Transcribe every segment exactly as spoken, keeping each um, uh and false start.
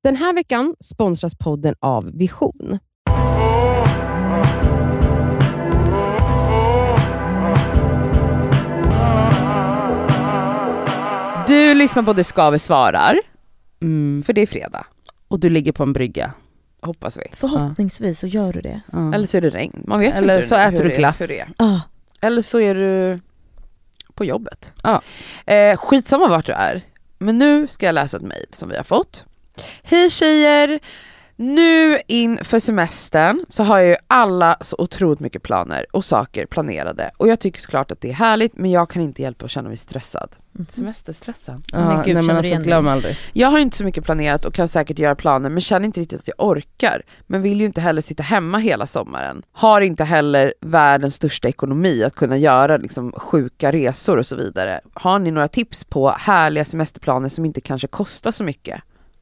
Den här veckan sponsras podden av Vision. Du lyssnar på Det ska vi svarar. Mm, för det är fredag. Och du ligger på en brygga. Hoppas vi. Förhoppningsvis så gör du det. Ja. Eller så är det regn. Man vet Eller inte så hur, äter hur du glass. Det, hur det är. Ah. Eller så är du på jobbet. Ja. Eh, skitsamma vart du är. Men nu ska jag läsa ett mejl som vi har fått. Hej tjejer! Nu inför semestern så har jag ju alla så otroligt mycket planer och saker planerade. Och jag tycker såklart att det är härligt, men jag kan inte hjälpa att känna mig stressad. Mm. Semesterstressen. Ja, Men gud, nej, men känner du alltså, igen glöm aldrig. Jag har inte så mycket planerat och kan säkert göra planer, men känner inte riktigt att jag orkar. Men vill ju inte heller sitta hemma hela sommaren. Har inte heller världens största ekonomi att kunna göra liksom sjuka resor och så vidare. Har ni några tips på härliga semesterplaner som inte kanske kostar så mycket?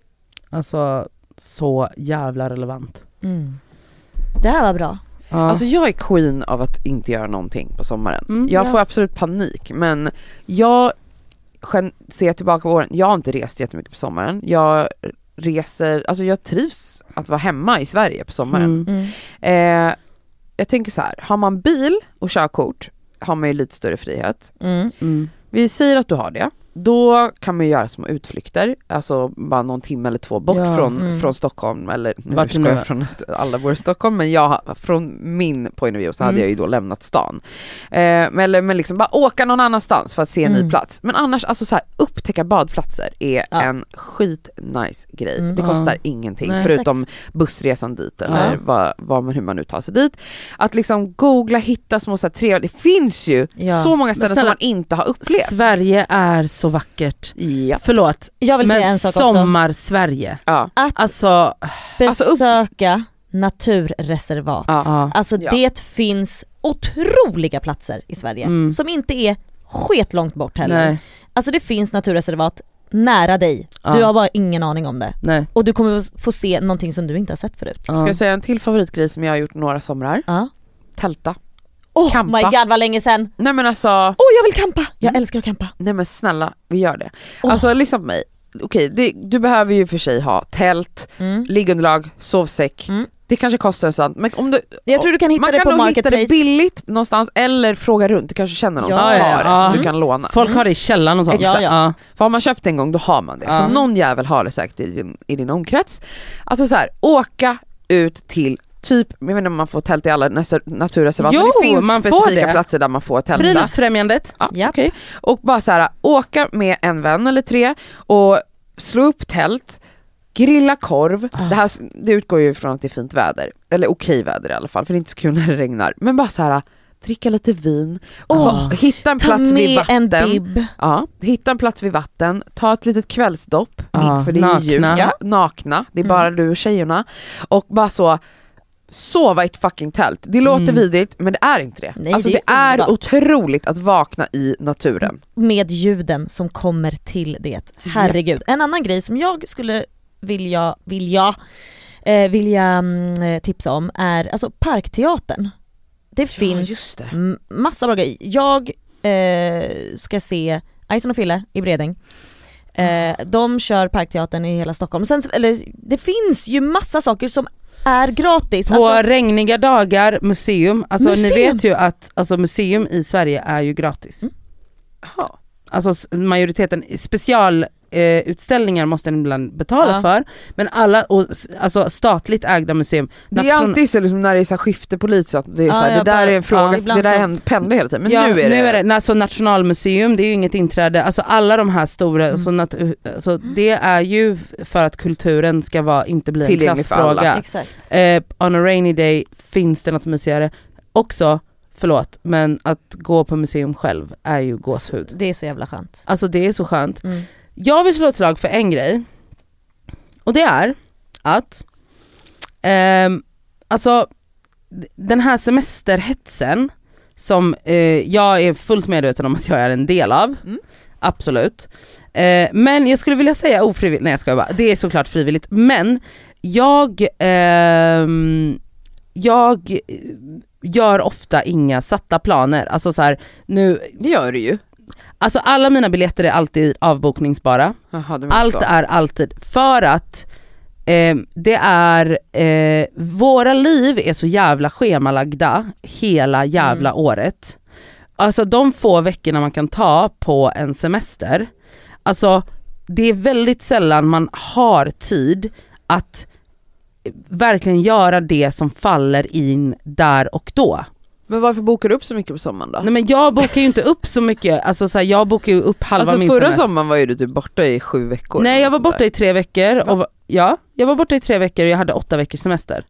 Alltså, så jävla relevant. Mm. Det här var bra. Ja. Alltså jag är queen av att inte göra någonting på sommaren. Mm, jag ja. får absolut panik, men jag gen- ser tillbaka på åren. Jag har inte rest jättemycket på sommaren. Jag reser, alltså jag trivs att vara hemma i Sverige på sommaren. Mm. Mm. Eh, jag tänker så här, har man bil och körkort har man ju lite större frihet. Mm. Mm. Vi säger att du har det. Då kan man göra små utflykter, alltså bara någon timme eller två bort Ja. från, Mm. från Stockholm, eller nu Vart ska nu jag är. från att alla bor i Stockholm, men jag, från min point of view så hade Mm. jag ju då lämnat stan. Eh, men, eller, men liksom bara åka någon annanstans för att se en Mm. ny plats. Men annars, alltså så här, upptäcka badplatser är Ja. en skit nice grej. Mm. Det kostar Ja. ingenting, Nej, förutom bussresan dit eller Ja. vad, vad man, hur man nu tar sig dit. Att liksom googla, hitta små så här trevliga, det finns ju Ja. så många ställen snälla, som man inte har upplevt. Sverige är så vackert. Ja. Förlåt, Jag vill säga men en sak också. sommar-Sverige. Ja. Att Alltså, Alltså, upp- besöka naturreservat. Ja. ja. Alltså Ja. det finns otroliga platser i Sverige Mm. som inte är skitlångt bort heller. Nej, Alltså det finns naturreservat nära dig. Ja. Du har bara ingen aning om det. nej. Och du kommer få se någonting som du inte har sett förut. Ja. Ska jag säga en till favoritgrej som jag har gjort några somrar? Ja. Tälta. Oh Campa. my god vad länge sedan. Nej men alltså, Åh oh, jag vill campa. Jag Mm. älskar att campa. nej men snälla, vi gör det. Åh. Alltså lyssna på mig. Okej, det, du behöver ju för sig ha tält, Mm. liggunderlag, sovsäck. Mm. Det kanske kostar en sånt, men om du, Jag tror du kan hitta man det kan på nog hitta det Marketplace. billigt någonstans eller fråga runt. Du kanske känner någon Ja, som ja, har det ja. som du Mm. kan låna. Folk Mm. har det i källaren och sånt. Exakt. Ja. För har man köpt en gång då har man det. Ja. Så någon jävel har det säkert i din, i din omkrets. Alltså så här, åka ut till typ, jag vet inte om man får tält i alla näs- naturreservat, Jo, men det finns man får specifika det. platser där man får tälta. Friluftsfrämjandet. Ja, Ja. okej. Och bara så här, åka med en vän eller tre och slå upp tält, grilla korv. Ah. Det här det utgår ju från att det är fint väder, eller okej väder i alla fall, för det är inte så kul när det regnar. Men bara så här, dricka lite vin, Åh, och hitta en Ta plats vid med en vatten. bib. Ja, hitta en plats vid vatten, ta ett litet kvällsdopp, Ja, mitt för det är nakna. ljus, ja, nakna, det är Mm. bara du och tjejerna. Och bara så sova i ett fucking tält. Det låter Mm. vidrigt, men det är inte det. Nej, alltså det det, är är underbart. otroligt att vakna i naturen. Med ljuden som kommer till det. Herregud. En annan grej som jag skulle vilja, vilja, eh, vilja mm, tipsa om är alltså Parkteatern. Det finns just det. m- massa bra grejer. Jag eh, ska se Ison och Fille i Bredäng. Eh, de kör Parkteatern i hela Stockholm. Sen, eller, det finns ju massa saker som är gratis. På Alltså, regniga dagar, museum. Alltså Museum. ni vet ju att alltså, museum i Sverige är ju gratis. Mm. Jaha. Alltså s- majoriteten, special eh, utställningar måste en ibland betala Ja. för, men alla, och, s- alltså statligt ägda museum. Det är nation- alltid så liksom när det är så här skiftepolit så att det är Ja, så här, jag det där bara- är en fråga, ja, det ibland där så- är en pendlar hela tiden. Men ja, nu är det, nu är det alltså Nationalmuseum, det är ju inget inträde, alltså alla de här stora, Mm. alltså, nat- alltså, det är ju för att kulturen ska vara, inte bli en Tillgänglig för alla. klassfråga. exakt. Eh, on a rainy day finns det något museum också, förlåt, men att gå på museum själv är ju gåshud. Det är så jävla skönt. Alltså det är så skönt. Mm. Jag vill slå ett slag för en grej, och det är att ehm, alltså d- den här semesterhetsen som eh, jag är fullt medveten om att jag är en del av, Mm. absolut. Eh, men jag skulle vilja säga ofrivilligt, nej jag ska bara, det är såklart frivilligt, men jag ehm, jag gör ofta inga satta planer, alltså så här, nu, det gör du ju. alltså alla mina biljetter är alltid avbokningsbara. Jaha, du menar Allt så. är alltid, för att Eh, det är, eh, våra liv är så jävla schemalagda hela jävla mm. året. Alltså de få veckorna man kan ta på en semester, alltså det är väldigt sällan man har tid att verkligen göra det som faller in där och då. Men varför bokar du upp så mycket på sommaren då? Nej men jag bokar ju inte upp så mycket, alltså så här, jag bokar ju upp halva alltså, min förra semester. sommaren var ju du typ borta i sju veckor. Nej jag var borta där. i tre veckor och, ja, jag var borta i tre veckor och jag hade åtta veckors semester.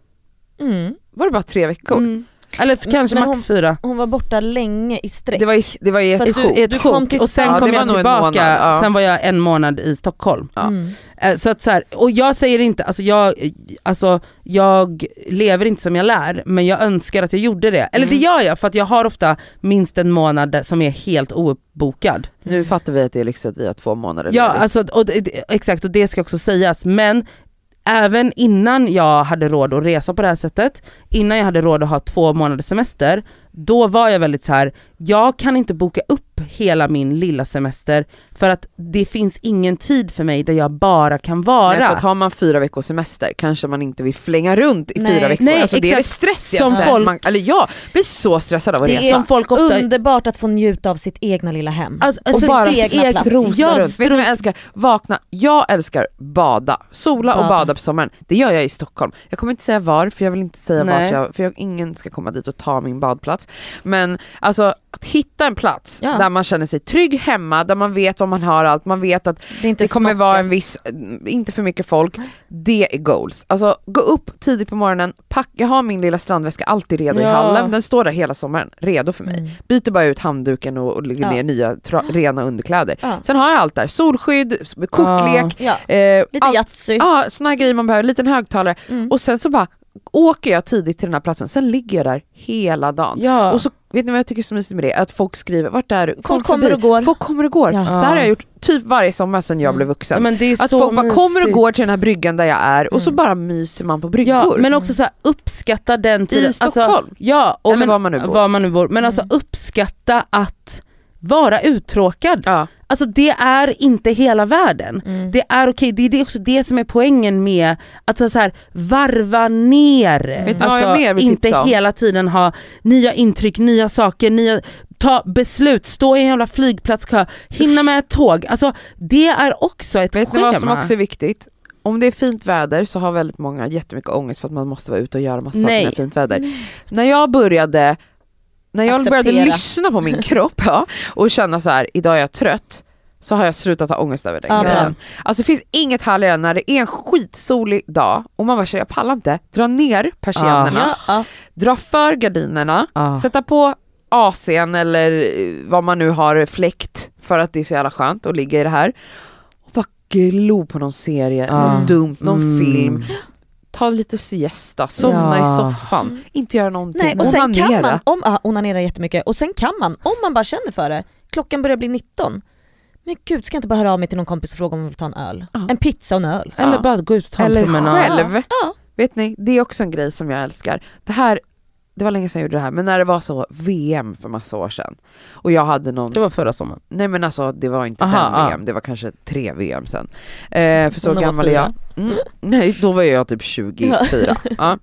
Mm. Var det bara tre veckor? Mm. Eller kanske men max hon, fyra. Hon var borta länge i sträck. Det var, i, det var i ett, ett, sjok. ett sjok. Och sen ja, kom jag tillbaka, månad, ja. Sen var jag en månad i Stockholm. Ja. Mm. Så att så här, och jag säger inte, alltså jag, alltså jag lever inte som jag lär, men jag önskar att jag gjorde det. Eller mm. det gör jag, för att jag har ofta minst en månad som är helt ouppbokad. Nu fattar vi att det är liksom att vi har två månader. Ja, alltså, och, exakt, och det ska också sägas, men även innan jag hade råd att resa på det här sättet, innan jag hade råd att ha två månaders semester, då var jag väldigt så här: jag kan inte boka upp hela min lilla semester för att det finns ingen tid för mig där jag bara kan vara. Nej, för att har man fyra veckors semester kanske man inte vill flänga runt i Nej. fyra veckor. Nej, alltså, det är det stressigaste. Folk, man, eller jag blir så stressad av att det resa. Är som folk ofta... underbart att få njuta av sitt egna lilla hem. Alltså, och alltså, bara egna rosa jag runt. Vet du vad jag älskar? Vakna. Jag älskar bada. Sola bada. och bada på sommaren. Det gör jag i Stockholm. Jag kommer inte säga var, för jag vill inte säga Nej. vart jag, för jag, ingen ska komma dit och ta min badplats. Men alltså att hitta en plats ja. där man känner sig trygg hemma, där man vet vad man har allt, man vet att det, inte det kommer smockar. vara en viss, inte för mycket folk, det är goals. Alltså gå upp tidigt på morgonen, pack, jag har min lilla strandväska alltid redo ja. i hallen, den står där hela sommaren, redo för mig. Mm. Byter bara ut handduken och, och lägger ja. ner nya tra- rena underkläder. Ja. Sen har jag allt där, solskydd, kortlek, ja. eh, lite Yatzy. Ja, såna här grejer man behöver, liten högtalare. Mm. Och sen så bara åker jag tidigt till den här platsen, sen ligger jag där hela dagen. Ja. Och så vet ni vad jag tycker är så mysigt med det? Att folk skriver, vart är du? Folk kommer och går. Folk kommer och går. Ja. Så här har jag gjort typ varje sommar sedan jag mm. blev vuxen. Ja, men det är att så folk bara mysigt. kommer och går till den här bryggan där jag är mm. och så bara myser man på bryggor. Ja, men också så här, uppskatta den tiden. I Stockholm? Alltså, ja, och eller men, var man nu bor. Var man nu bor. Men mm. alltså uppskatta att vara uttråkad. Ja. Alltså det är inte hela världen. Mm. Det är okej, det är det också det som är poängen med att så här varva ner. Mm. Alltså inte hela tiden ha nya intryck, nya saker, nya ta beslut, stå i en jävla flygplatskö, hinna med ett tåg. Alltså det är också ett Vet schema. Vet ni vad som också är viktigt? Om det är fint väder så har väldigt många jättemycket ångest för att man måste vara ute och göra massa saker när det är fint väder. Mm. När jag började När jag Acceptera. började lyssna på min kropp ja, och känna så här, idag är jag trött, så har jag slutat ha ångest över den ja, grejen. Alltså det finns inget härligare när det är en skitsolig dag och man bara säger, jag pallar inte, dra ner persiennerna, ja, ja. dra för gardinerna, ja. sätta på A C:n eller vad man nu har fläkt för att det är så jävla skönt att ligga i det här och bara glo på någon serie, ja. något dumt, någon mm. film. Ta lite siesta, somna ja. i soffan, mm. inte göra någonting. Nej, och sen onanera. kan man, om, ah, onanera jättemycket, och sen kan man, om man bara känner för det, klockan börjar bli nitton, men gud, ska jag inte bara höra av mig till någon kompis och fråga om man vill ta en öl? Ja. En pizza och en öl. Eller ja. bara gå ut och ta en Eller promenad. själv. Ja. Vet ni, det är också en grej som jag älskar. Det här, det var länge sedan jag gjorde det här, men när det var så V M för massa år sedan och jag hade någon... Det var förra sommaren. Nej men alltså det var inte Aha, den ah. V M, det var kanske tre V M sen. Eh, för så Hon gammal är jag. Mm, nej, då var jag typ tjugofyra. Ja.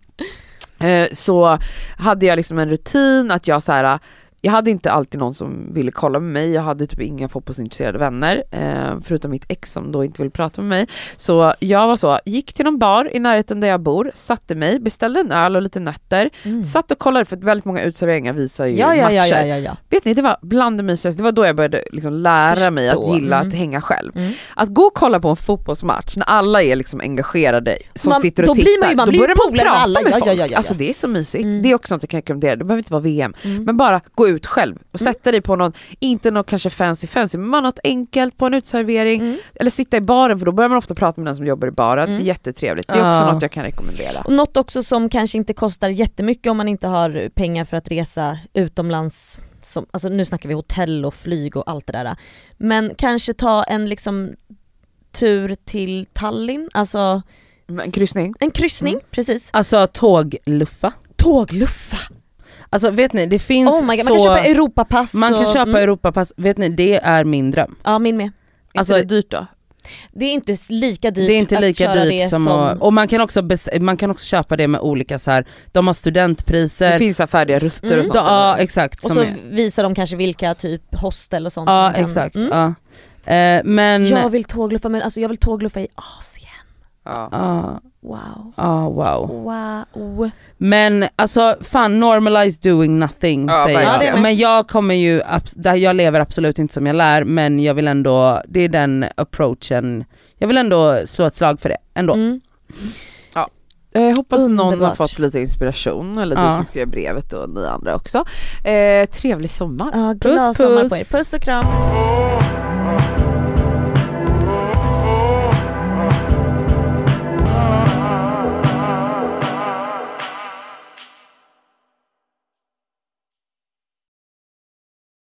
Eh, så hade jag liksom en rutin att jag så här, jag hade inte alltid någon som ville kolla med mig. Jag hade typ inga fotbollsintresserade vänner. Eh, förutom mitt ex som då inte ville prata med mig. Så jag var så, gick till någon bar i närheten där jag bor. Satte mig, beställde en öl och lite nötter. Mm. Satt och kollade, för väldigt många utserveringar visar ju ja, ja, matcher. Ja, ja, ja, ja. Vet ni, det var bland det mysigaste. Det var då jag började liksom lära Förstå. mig att gilla mm. att hänga själv. Mm. Att gå och kolla på en fotbollsmatch när alla är liksom engagerade som man, sitter och då tittar. Blir man ju, man då blir börjar man prata alla. med ja, folk. ja, ja, ja. Alltså det är så mysigt. Mm. Det är också något jag kan rekommendera. Det behöver inte vara V M. Mm. Men bara gå ut själv och sätta dig på någon, inte något kanske fancy fancy, men bara något enkelt på en utservering. Mm. Eller sitta i baren, för då börjar man ofta prata med den som jobbar i baren. Mm. Jättetrevligt. Det är också ah. något jag kan rekommendera. Och något också som kanske inte kostar jättemycket om man inte har pengar för att resa utomlands. Som, alltså nu snackar vi hotell och flyg och allt det där. Men kanske ta en liksom tur till Tallinn, alltså en kryssning. En kryssning, mm. precis. Alltså tågluffa. Tågluffa. Alltså vet ni, det finns oh my God, så... man kan köpa Europapass. Man kan och, köpa mm. Europapass, vet ni, det är min dröm. Ja, min med. Alltså, är det dyrt då? Det är inte lika dyrt Det är inte att lika köra dyrt det som, som... att, och man kan, också bes, man kan också köpa det med olika så här. De har studentpriser. Det finns så färdiga rutter Mm. och sånt. Då, ja exakt. Och som så är, visar de kanske vilka typ hostel och sånt. ja man kan- exakt. Mm. Ja. Eh, men... Jag vill tågluffa, men alltså jag vill tågluffa i Asien. Ja. Ja, Wow. ja, wow. Wow. Men alltså fan, normalize doing nothing Ja, säger verkligen. jag. Ja, det är Men jag kommer ju, abs- där jag lever absolut inte som jag lär, men jag vill ändå, det är den approachen, jag vill ändå slå ett slag för det ändå. Mm. Jag hoppas någon har Underbart. fått lite inspiration, eller du Ja. som skrev brevet och ni andra också. Eh, trevlig sommar. Ja, glad Puss, sommar puss. på er. Puss och kram.